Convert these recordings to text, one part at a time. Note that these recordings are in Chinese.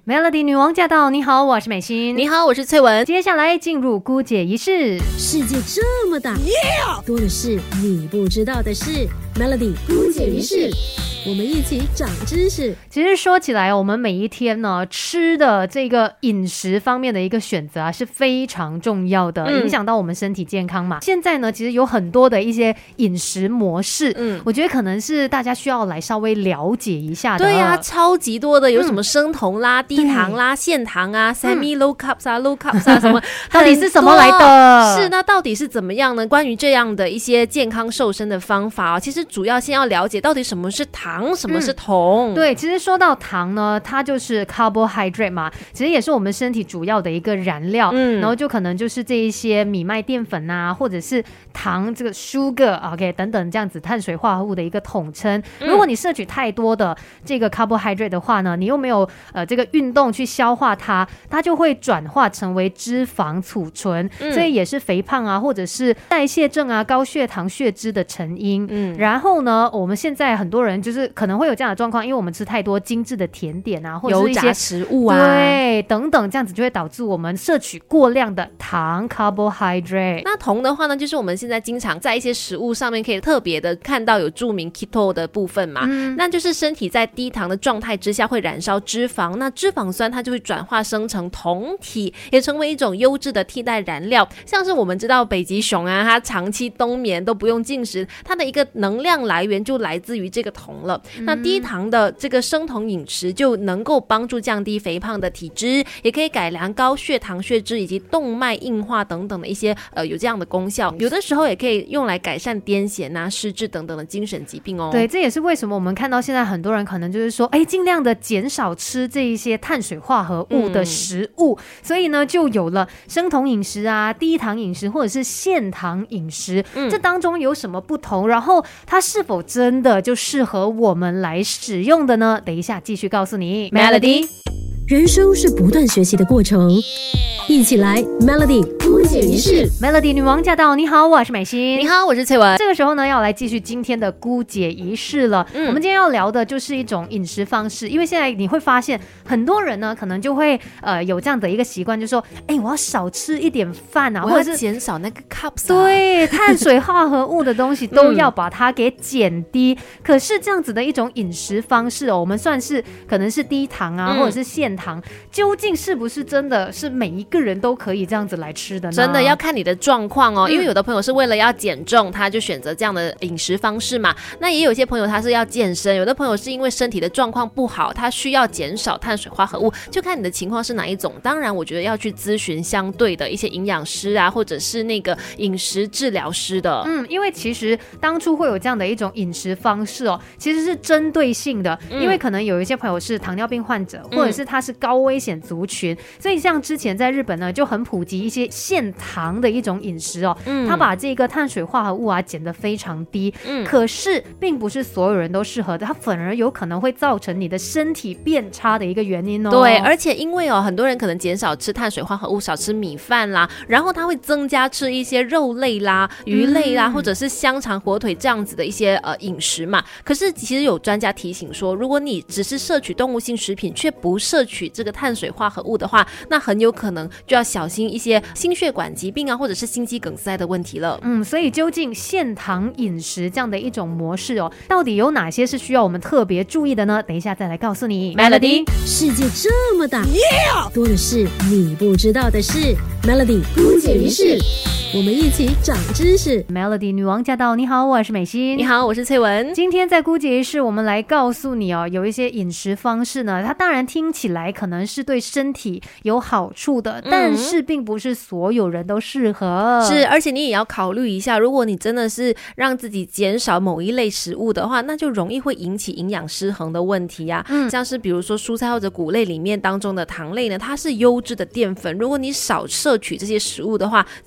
Melody 女王驾到！你好，我是美心。 你好，我是翠文。 接下来进入姑姐仪式。 世界这么大，多的是你不知道的事。Melody 姑姐仪式，我们一起长知识。 其实说起来，我们每一天呢吃的这个饮食方面的一个选择是非常重要的，影响到我们身体健康嘛。现在呢，其实有很多的一些饮食模式，我觉得可能是大家需要来稍微了解一下的。 对呀，超级多的，有什么生酮啦、低糖啦、限糖啊、semi low carbs 啊、low carbs 啊什么， 到底是什么来的？ 是那到底是怎么样呢？关于这样的一些健康瘦身的方法啊，其实主要先要了解到底什么是糖，什么是酮。 对，其实说到糖呢，它就是 carbohydrate 嘛，其实也是我们身体主要的一个燃料。然后就可能就是这一些米麦淀粉啊，或者是糖这个 sugar 等等这样子碳水化合物的一个统称。如果你摄取太多的这个 carbohydrate 的话呢，你又没有这个运动去消化它，它就会转化成为脂肪储存，所以也是肥胖啊，或者是代谢症啊、高血糖、血脂的成因。然后呢，我们现在很多人就是可能会有这样的状况，因为我们吃太多精致的甜点啊，或者是一些油炸食物啊， 对，等等，这样子就会导致我们摄取过量的糖 carbohydrate。 那酮的话呢，就是我们现在经常在一些食物上面可以特别的看到有注明 keto 的部分嘛，那就是身体在低糖的状态之下会燃烧脂肪，那脂肪酸它就会转化生成酮体，也成为一种优质的替代燃料。像是我们知道北极熊啊，它长期冬眠都不用进食，它的一个能量来源就来自于这个酮了。那低糖的这个生酮饮食就能够帮助降低肥胖的体质，也可以改良高血糖、血脂以及动脉硬化等等的一些有这样的功效。有的时候也可以用来改善癫痫啊、失智等等的精神疾病哦。 对，这也是为什么我们看到现在很多人可能就是说，尽量的减少吃这一些碳水化合物的食物，所以呢，就有了生酮饮食啊、低糖饮食或者是限糖饮食。这当中有什么不同？然后它是否真的就适合我们来使用的呢？等一下继续告诉你。 Melody， 人生是不断学习的过程，一起来 Melody 姑姐仪式。 Melody 女王驾到！你好，我是美心。 你好，我是翠文。 这个时候呢，要来继续今天的姑姐仪式了。我们今天要聊的就是一种饮食方式，因为现在你会发现很多人呢，可能就会有这样的一个习惯，就是说，我要少吃一点饭啊， 或者是减少那个 cups 啊， 对，碳水化合物的东西都要把它给减低。可是这样子的一种饮食方式我们算是可能是低糖啊，或者是限糖，究竟是不是真的是每一个人都可以这样子来吃的呢？ 真的要看你的状况哦，因为有的朋友是为了要减重，他就选择这样的饮食方式嘛。那也有些朋友他是要健身，有的朋友是因为身体的状况不好，他需要减少碳水化合物，就看你的情况是哪一种。当然我觉得要去咨询相对的一些营养师啊，或者是那个饮食治疗师的。 因为其实当初会有这样的一种饮食方式其实是针对性的，因为可能有一些朋友是糖尿病患者，或者是他是高危险族群，所以像之前在日本呢就很普及一些限糖的一种饮食他把这个碳水化合物减得非常低，可是并不是所有人都适合的，它反而有可能会造成你的身体变差的一个原因对，而且因为很多人可能减少吃碳水化合物，少吃米饭啦，然后他会增加吃一些肉类啦、鱼类啦，或者是香肠、火腿这样子的一些饮食嘛。可是其实有专家提醒说，如果你只是摄取动物性食品，却不摄取这个碳水化合物的话，那很有可能就要小心一些心血管疾病啊，或者是心肌梗塞的问题了。 所以究竟限糖饮食这样的一种模式到底有哪些是需要我们特别注意的呢？等一下再来告诉你。 Melody， 世界这么大，多的是你不知道的事。 Melody 姑姐仪式，我们一起长知识。 Melody 女王驾到！你好，我是美心。 你好，我是翠文。 今天在姑姐仪式，我们来告诉你有一些饮食方式呢，它当然听起来可能是对身体有好处的，但是并不是所有人都适合。 是，而且你也要考虑一下，如果你真的是让自己减少某一类食物的话，那就容易会引起营养失衡的问题啊。像是比如说蔬菜或者谷类里面当中的糖类呢，它是优质的淀粉，如果你少摄取这些食物的话，自然营养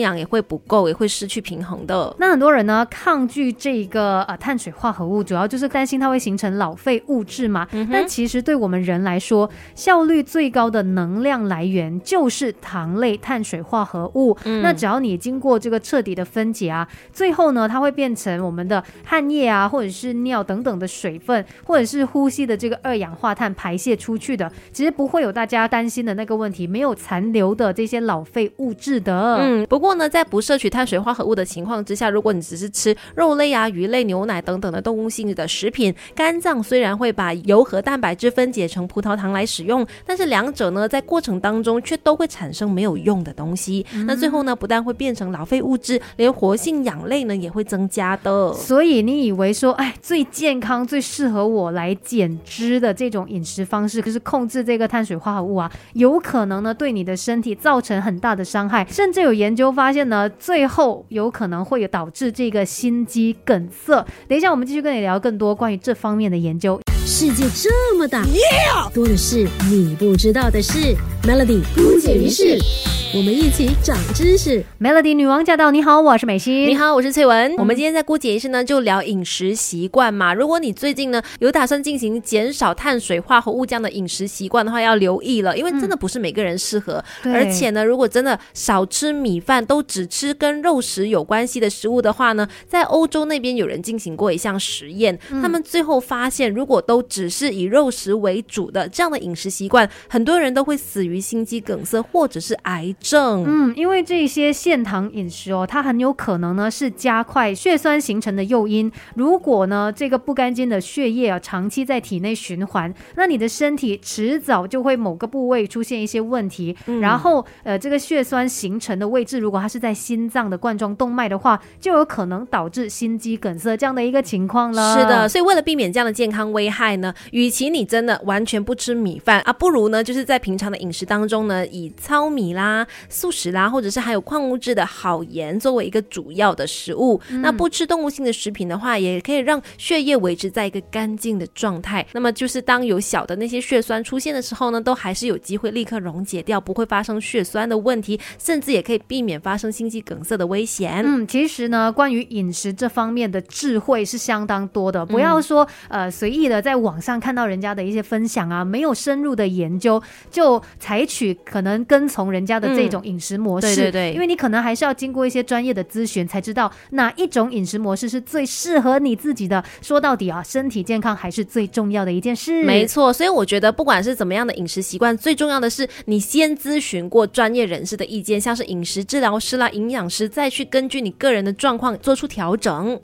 养也会不够，也会失去平衡的。 那很多人呢抗拒这个碳水化合物，主要就是担心它会形成老废物质嘛。但其实对我们人来说，效率最高的能量来源就是糖类碳水化合物。那只要你经过这个彻底的分解啊，最后呢它会变成我们的汗液啊，或者是尿等等的水分，或者是呼吸的这个二氧化碳排泄出去的，其实不会有大家担心的那个问题，没有残留的这些老废物质的。 不过呢，在不摄取碳水化合物的情况之下，如果你只是吃肉类啊、鱼类、牛奶等等的动物性的食品，肝脏虽然会把油和蛋白质分解成葡萄糖来使用，但是两者呢在过程当中却都会产生没有用的东西。那最后呢，不但会变成老废物质，连活性氧类呢也会增加的。 所以你以为说最健康最适合我来减脂的这种饮食方式，就是控制这个碳水化合物啊，有可能呢对你的身体造成很大的伤害，甚至有研究发现呢，最后有可能会导致这个心肌梗塞。等一下我们继续跟你聊更多关于这方面的研究。 世界这么大，多的是你不知道的事。Melody 姑姐于是，我们一起长知识。 Melody 女王驾到！你好，我是美心。 你好，我是翠文。我们今天在姑姐医师呢就聊饮食习惯嘛。如果你最近呢有打算进行减少碳水化合物这样的饮食习惯的话，要留意了，因为真的不是每个人适合。而且呢，如果真的少吃米饭，都只吃跟肉食有关系的食物的话呢，在欧洲那边有人进行过一项实验，他们最后发现，如果都只是以肉食为主的这样的饮食习惯，很多人都会死于心肌梗塞或者是癌症。 因为这些限糖饮食它很有可能呢是加快血栓形成的诱因。如果呢这个不干净的血液长期在体内循环，那你的身体迟早就会某个部位出现一些问题。然后这个血栓形成的位置，如果它是在心脏的冠状动脉的话，就有可能导致心肌梗塞这样的一个情况了。 是的，所以为了避免这样的健康危害呢，与其你真的完全不吃米饭啊，不如呢就是在平常的饮食当中呢，以糙米啦、素食啦，或者是还有矿物质的好盐作为一个主要的食物。那不吃动物性的食品的话，也可以让血液维持在一个干净的状态。那么就是当有小的那些血栓出现的时候呢，都还是有机会立刻溶解掉，不会发生血栓的问题，甚至也可以避免发生心肌梗塞的危险。 其实呢，关于饮食这方面的智慧是相当多的，不要说随意的在网上看到人家的一些分享啊，没有深入的研究就采取可能跟从人家的这种饮食模式。 对， 因为你可能还是要经过一些专业的咨询，才知道哪一种饮食模式是最适合你自己的。说到底啊，身体健康还是最重要的一件事。 没错，所以我觉得不管是怎么样的饮食习惯，最重要的是你先咨询过专业人士的意见，像是饮食治疗师啦、营养师，再去根据你个人的状况做出调整。